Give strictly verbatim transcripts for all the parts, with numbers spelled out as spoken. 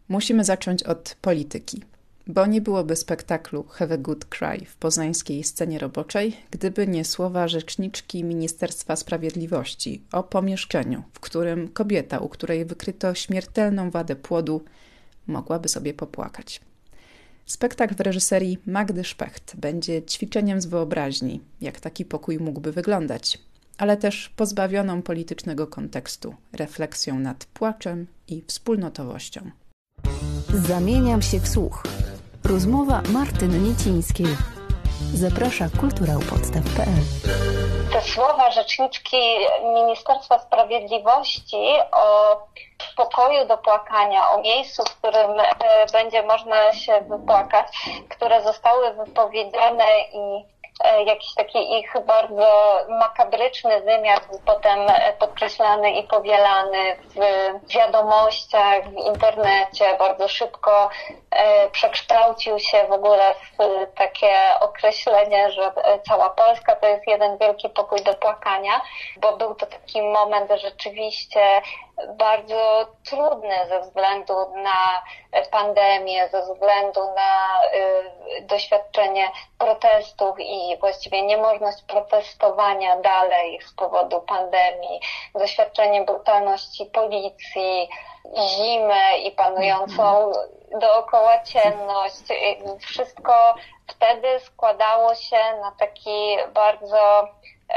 Musimy zacząć od polityki, bo nie byłoby spektaklu Have a Good Cry w poznańskiej scenie roboczej, gdyby nie słowa rzeczniczki Ministerstwa Sprawiedliwości o pomieszczeniu, w którym kobieta, u której wykryto śmiertelną wadę płodu, mogłaby sobie popłakać. Spektakl w reżyserii Magdy Specht będzie ćwiczeniem z wyobraźni, jak taki pokój mógłby wyglądać, ale też pozbawioną politycznego kontekstu, refleksją nad płaczem i wspólnotowością. Zamieniam się w słuch. Rozmowa Martyny Niecińskiej. Zaprasza kulturał podstaw kropka p l. Te słowa rzeczniczki Ministerstwa Sprawiedliwości o pokoju do płakania, o miejscu, w którym będzie można się wypłakać, które zostały wypowiedziane i jakiś taki ich bardzo makabryczny wymiar był potem podkreślany i powielany w wiadomościach, w internecie. Bardzo szybko przekształcił się w ogóle w takie określenie, że cała Polska to jest jeden wielki pokój do płakania, bo był to taki moment rzeczywiście bardzo trudny ze względu na pandemię, ze względu na y, doświadczenie protestów i właściwie niemożność protestowania dalej z powodu pandemii, doświadczenie brutalności policji, zimę i panującą dookoła ciemność. Wszystko wtedy składało się na taki bardzo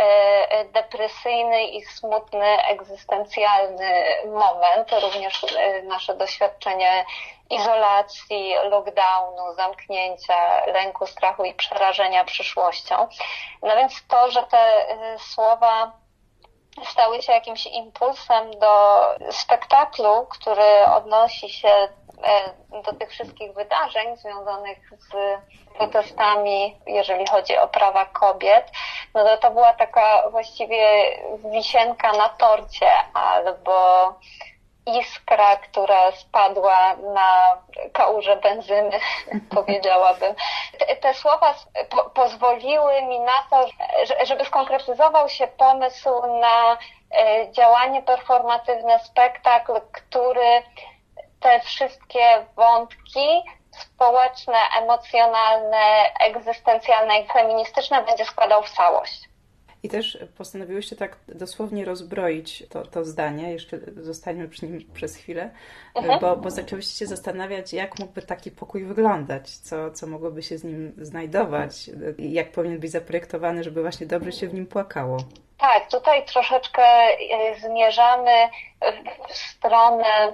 depresyjny i smutny, egzystencjalny moment. Również nasze doświadczenie izolacji, lockdownu, zamknięcia, lęku, strachu i przerażenia przyszłością. No więc to, że te słowa stały się jakimś impulsem do spektaklu, który odnosi się do tych wszystkich wydarzeń związanych z protestami, jeżeli chodzi o prawa kobiet, no to to była taka właściwie wisienka na torcie albo iskra, która spadła na kałużę benzyny, powiedziałabym. Te, te słowa po, pozwoliły mi na to, żeby skonkretyzował się pomysł na e, działanie performatywne, spektakl, który te wszystkie wątki społeczne, emocjonalne, egzystencjalne i feministyczne będzie składał w całość. I też postanowiłyście tak dosłownie rozbroić to, to zdanie, jeszcze zostańmy przy nim przez chwilę, mhm. bo, bo zaczęłyście się zastanawiać, jak mógłby taki pokój wyglądać, co, co mogłoby się z nim znajdować, jak powinien być zaprojektowany, żeby właśnie dobrze się w nim płakało. Tak, tutaj troszeczkę zmierzamy w stronę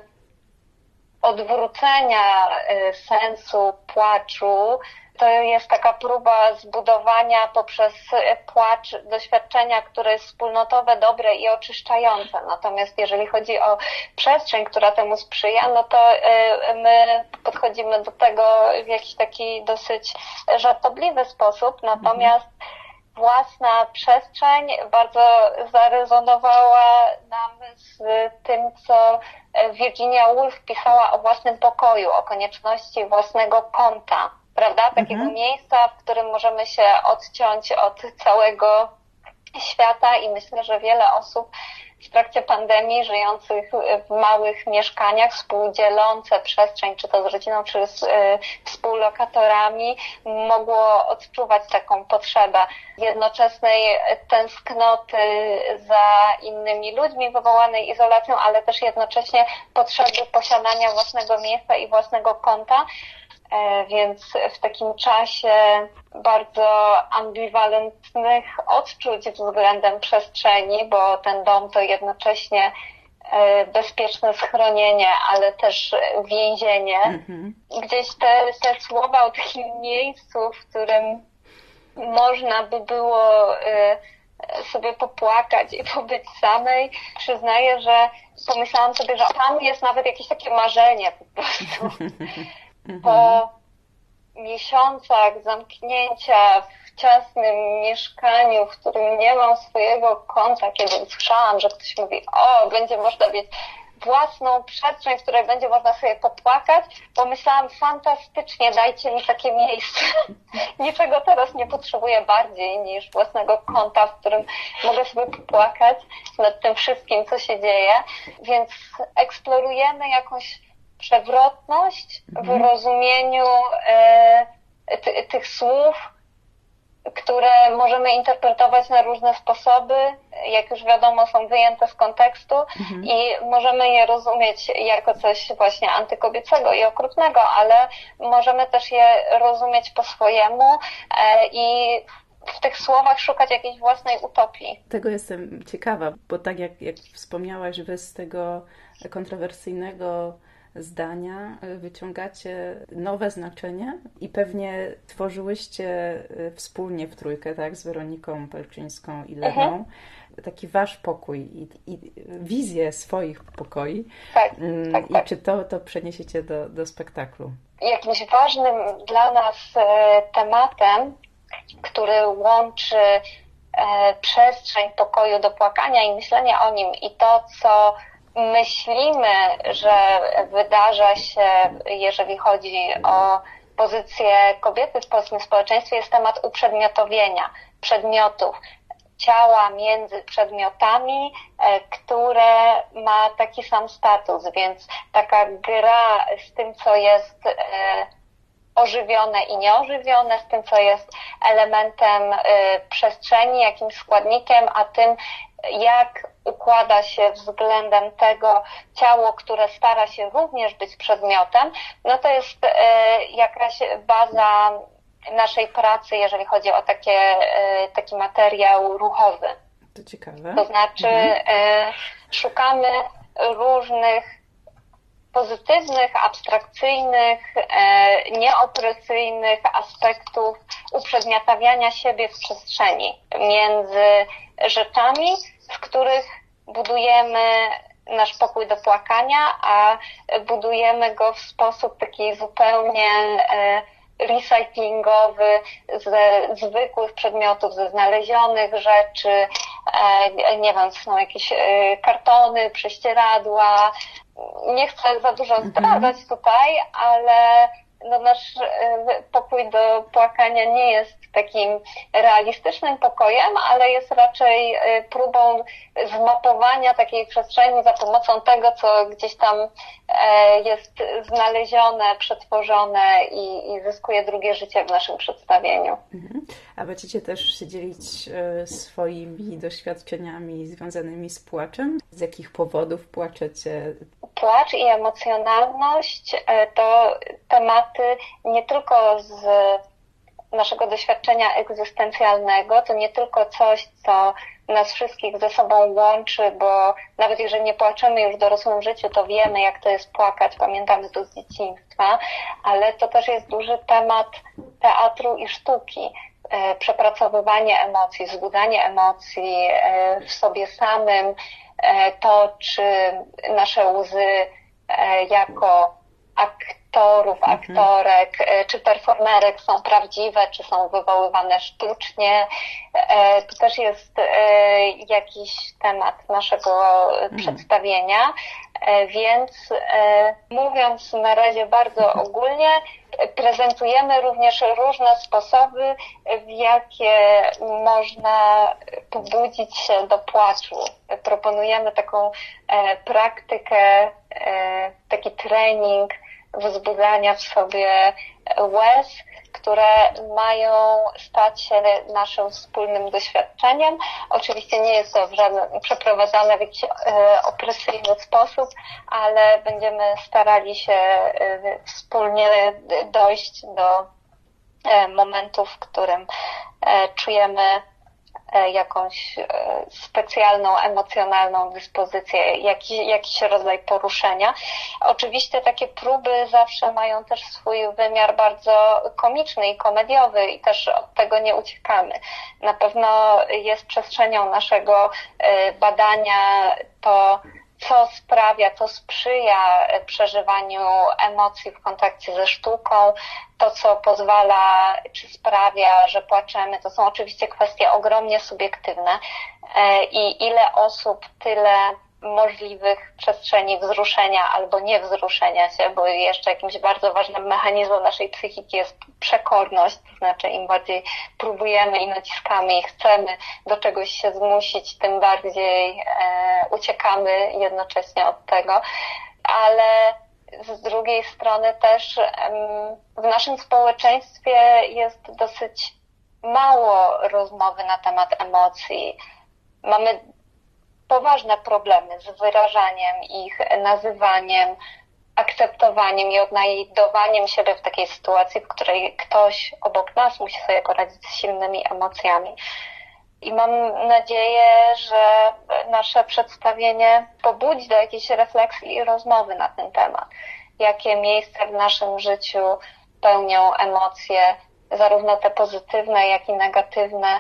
odwrócenia sensu płaczu. To jest taka próba zbudowania poprzez płacz doświadczenia, które jest wspólnotowe, dobre i oczyszczające. Natomiast jeżeli chodzi o przestrzeń, która temu sprzyja, no to my podchodzimy do tego w jakiś taki dosyć żartobliwy sposób. Natomiast własna przestrzeń bardzo zarezonowała nam z tym, co Virginia Woolf pisała o własnym pokoju, o konieczności własnego kąta, prawda? Takiego mhm. miejsca, w którym możemy się odciąć od całego świata i myślę, że wiele osób w trakcie pandemii żyjących w małych mieszkaniach, współdzielące przestrzeń, czy to z rodziną, czy z y, współlokatorami, mogło odczuwać taką potrzebę jednoczesnej tęsknoty za innymi ludźmi wywołanej izolacją, ale też jednocześnie potrzeby posiadania własnego miejsca i własnego kąta. Więc w takim czasie bardzo ambiwalentnych odczuć względem przestrzeni, bo ten dom to jednocześnie bezpieczne schronienie, ale też więzienie. Mm-hmm. Gdzieś te, te słowa o takim miejscu, w którym można by było sobie popłakać i pobyć samej, przyznaję, że pomyślałam sobie, że tam jest nawet jakieś takie marzenie po prostu. Po miesiącach zamknięcia w ciasnym mieszkaniu, w którym nie mam swojego kąta, kiedy usłyszałam, że ktoś mówi, o, będzie można mieć własną przestrzeń, w której będzie można sobie popłakać, pomyślałam, fantastycznie, dajcie mi takie miejsce. Niczego teraz nie potrzebuję bardziej niż własnego kąta, w którym mogę sobie popłakać nad tym wszystkim, co się dzieje. Więc eksplorujemy jakąś przewrotność mhm. w rozumieniu y, ty, tych słów, które możemy interpretować na różne sposoby, jak już wiadomo, są wyjęte z kontekstu mhm. i możemy je rozumieć jako coś właśnie antykobiecego i okrutnego, ale możemy też je rozumieć po swojemu i w tych słowach szukać jakiejś własnej utopii. Tego jestem ciekawa, bo tak jak, jak wspomniałaś, wy z tego kontrowersyjnego zdania wyciągacie nowe znaczenie i pewnie tworzyłyście wspólnie w trójkę, tak, z Weroniką Pelczyńską i Leną, mhm. taki wasz pokój i, i wizję swoich pokoi. Tak, tak, I tak. czy to, to przeniesiecie do, do spektaklu? Jakimś ważnym dla nas tematem, który łączy przestrzeń pokoju do płakania i myślenia o nim i to, co myślimy, że wydarza się, jeżeli chodzi o pozycję kobiety w polskim społeczeństwie, jest temat uprzedmiotowienia przedmiotów, ciała między przedmiotami, które ma taki sam status, więc taka gra z tym, co jest ożywione i nieożywione, z tym, co jest elementem y, przestrzeni, jakimś składnikiem, a tym, jak układa się względem tego ciało, które stara się również być przedmiotem, no to jest y, jakaś baza naszej pracy, jeżeli chodzi o takie, y, taki materiał ruchowy. To ciekawe. To znaczy mhm. y, szukamy różnych pozytywnych, abstrakcyjnych, nieopresyjnych aspektów uprzedmiotawiania siebie w przestrzeni między rzeczami, w których budujemy nasz pokój do płakania, a budujemy go w sposób taki zupełnie recyklingowy ze zwykłych przedmiotów, ze znalezionych rzeczy, nie wiem, są jakieś kartony, prześcieradła. Nie chcę za dużo zdradzać tutaj, ale no nasz pokój do płakania nie jest takim realistycznym pokojem, ale jest raczej próbą zmapowania takiej przestrzeni za pomocą tego, co gdzieś tam jest znalezione, przetworzone i, i zyskuje drugie życie w naszym przedstawieniu. Mhm. A będziecie też się dzielić swoimi doświadczeniami związanymi z płaczem? Z jakich powodów płaczecie? Płacz i emocjonalność to tematy nie tylko z naszego doświadczenia egzystencjalnego, to nie tylko coś, co nas wszystkich ze sobą łączy, bo nawet jeżeli nie płaczemy już w dorosłym życiu, to wiemy, jak to jest płakać, pamiętamy to z dzieciństwa, ale to też jest duży temat teatru i sztuki. Przepracowywanie emocji, wzbudzanie emocji w sobie samym, to czy nasze łzy jako aktorów, aktorek, czy performerek są prawdziwe, czy są wywoływane sztucznie. To też jest jakiś temat naszego przedstawienia, więc mówiąc na razie bardzo ogólnie, prezentujemy również różne sposoby, w jakie można pobudzić się do płaczu. Proponujemy taką praktykę, taki trening wzbudzania w sobie łez, które mają stać się naszym wspólnym doświadczeniem. Oczywiście nie jest to w żaden, przeprowadzane w jakiś e, opresyjny sposób, ale będziemy starali się e, wspólnie dojść do e, momentu, w którym e, czujemy jakąś specjalną, emocjonalną dyspozycję, jakiś, jakiś rodzaj poruszenia. Oczywiście takie próby zawsze mają też swój wymiar bardzo komiczny i komediowy i też od tego nie uciekamy. Na pewno jest przestrzenią naszego badania to, co sprawia, co sprzyja przeżywaniu emocji w kontakcie ze sztuką, to, co pozwala, czy sprawia, że płaczemy, to są oczywiście kwestie ogromnie subiektywne i ile osób, tyle możliwych przestrzeni wzruszenia albo niewzruszenia się, bo jeszcze jakimś bardzo ważnym mechanizmem naszej psychiki jest przekorność, to znaczy im bardziej próbujemy i naciskamy i chcemy do czegoś się zmusić, tym bardziej e, uciekamy jednocześnie od tego, ale z drugiej strony też w naszym społeczeństwie jest dosyć mało rozmowy na temat emocji. Mamy poważne problemy z wyrażaniem ich, nazywaniem, akceptowaniem i odnajdowaniem siebie w takiej sytuacji, w której ktoś obok nas musi sobie poradzić z silnymi emocjami. I mam nadzieję, że nasze przedstawienie pobudzi do jakiejś refleksji i rozmowy na ten temat. Jakie miejsce w naszym życiu pełnią emocje, zarówno te pozytywne, jak i negatywne,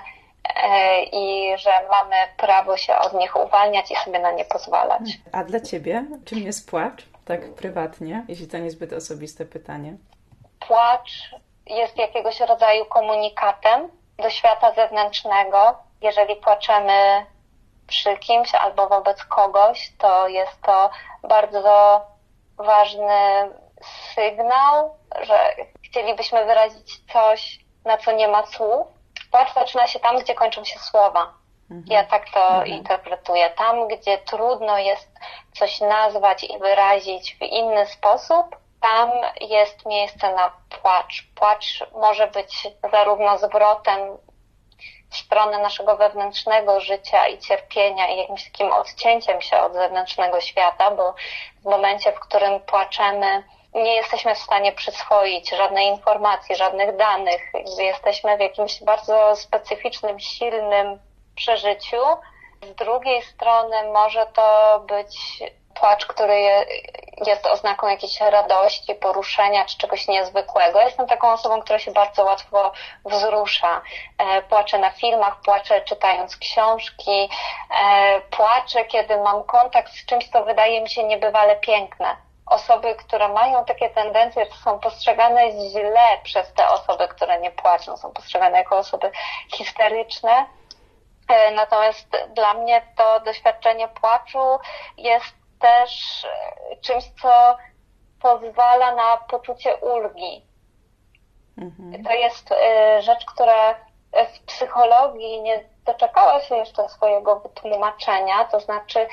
i że mamy prawo się od nich uwalniać i sobie na nie pozwalać. A dla Ciebie czym jest płacz? Tak prywatnie, jeśli to niezbyt osobiste pytanie. Płacz jest jakiegoś rodzaju komunikatem do świata zewnętrznego. Jeżeli płaczemy przy kimś albo wobec kogoś, to jest to bardzo ważny sygnał, że chcielibyśmy wyrazić coś, na co nie ma słów. Płacz zaczyna się tam, gdzie kończą się słowa. Mhm. Ja tak to mhm. interpretuję. Tam, gdzie trudno jest coś nazwać i wyrazić w inny sposób, tam jest miejsce na płacz. Płacz może być zarówno zwrotem w stronę naszego wewnętrznego życia i cierpienia i jakimś takim odcięciem się od zewnętrznego świata, bo w momencie, w którym płaczemy, nie jesteśmy w stanie przyswoić żadnej informacji, żadnych danych. Jesteśmy w jakimś bardzo specyficznym, silnym przeżyciu. Z drugiej strony może to być płacz, który jest oznaką jakiejś radości, poruszenia czy czegoś niezwykłego. Jestem taką osobą, która się bardzo łatwo wzrusza. Płaczę na filmach, płaczę czytając książki, płaczę, kiedy mam kontakt z czymś, co wydaje mi się niebywale piękne. Osoby, które mają takie tendencje, to są postrzegane źle przez te osoby, które nie płaczą. Są postrzegane jako osoby histeryczne. Natomiast dla mnie to doświadczenie płaczu jest też czymś, co pozwala na poczucie ulgi. Mhm. To jest rzecz, która w psychologii nie doczekała się jeszcze swojego wytłumaczenia. To znaczy,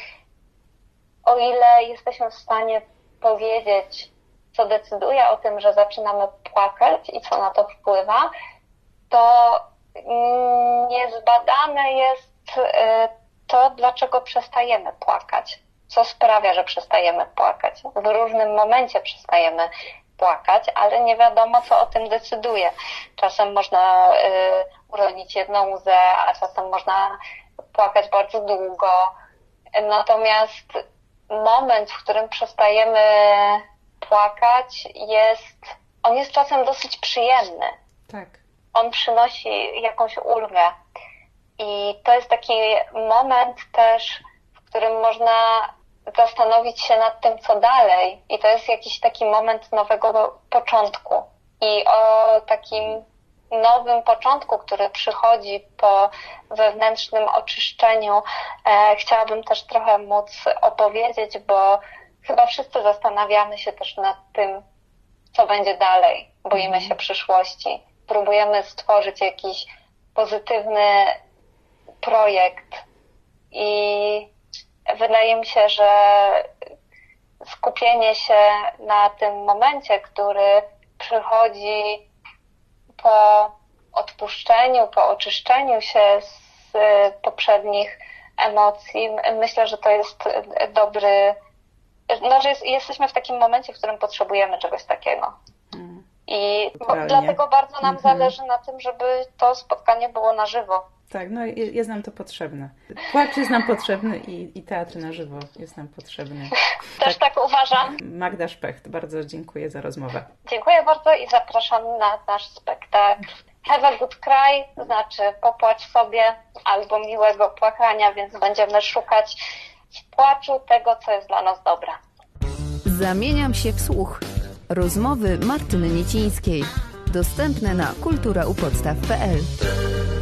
o ile jesteśmy w stanie powiedzieć, co decyduje o tym, że zaczynamy płakać i co na to wpływa, to niezbadane jest to, dlaczego przestajemy płakać. Co sprawia, że przestajemy płakać. W różnym momencie przestajemy płakać, ale nie wiadomo, co o tym decyduje. Czasem można uronić jedną łzę, a czasem można płakać bardzo długo. Natomiast moment, w którym przestajemy płakać, jest, on jest czasem dosyć przyjemny. Tak. On przynosi jakąś ulgę. I to jest taki moment też, w którym można zastanowić się nad tym, co dalej. I to jest jakiś taki moment nowego początku. I o takim nowym początku, który przychodzi po wewnętrznym oczyszczeniu, e, chciałabym też trochę móc opowiedzieć, bo chyba wszyscy zastanawiamy się też nad tym, co będzie dalej. Boimy się przyszłości. Próbujemy stworzyć jakiś pozytywny projekt i wydaje mi się, że skupienie się na tym momencie, który przychodzi po odpuszczeniu, po oczyszczeniu się z poprzednich emocji, myślę, że to jest dobry, no, że jest, jesteśmy w takim momencie, w którym potrzebujemy czegoś takiego. Hmm. I bo, dlatego bardzo nam mhm. zależy na tym, żeby to spotkanie było na żywo. Tak, no jest nam to potrzebne. Płacz jest nam potrzebny i, i teatr na żywo jest nam potrzebny. Też tak, tak uważam. Magda Specht, bardzo dziękuję za rozmowę. Dziękuję bardzo i zapraszam na nasz spektakl Have a Good Cry, to znaczy popłacz sobie, albo miłego płakania, więc będziemy szukać w płaczu tego, co jest dla nas dobre. Zamieniam się w słuch. Rozmowy Martyny Niecińskiej. Dostępne na kultura u podstaw kropka p l.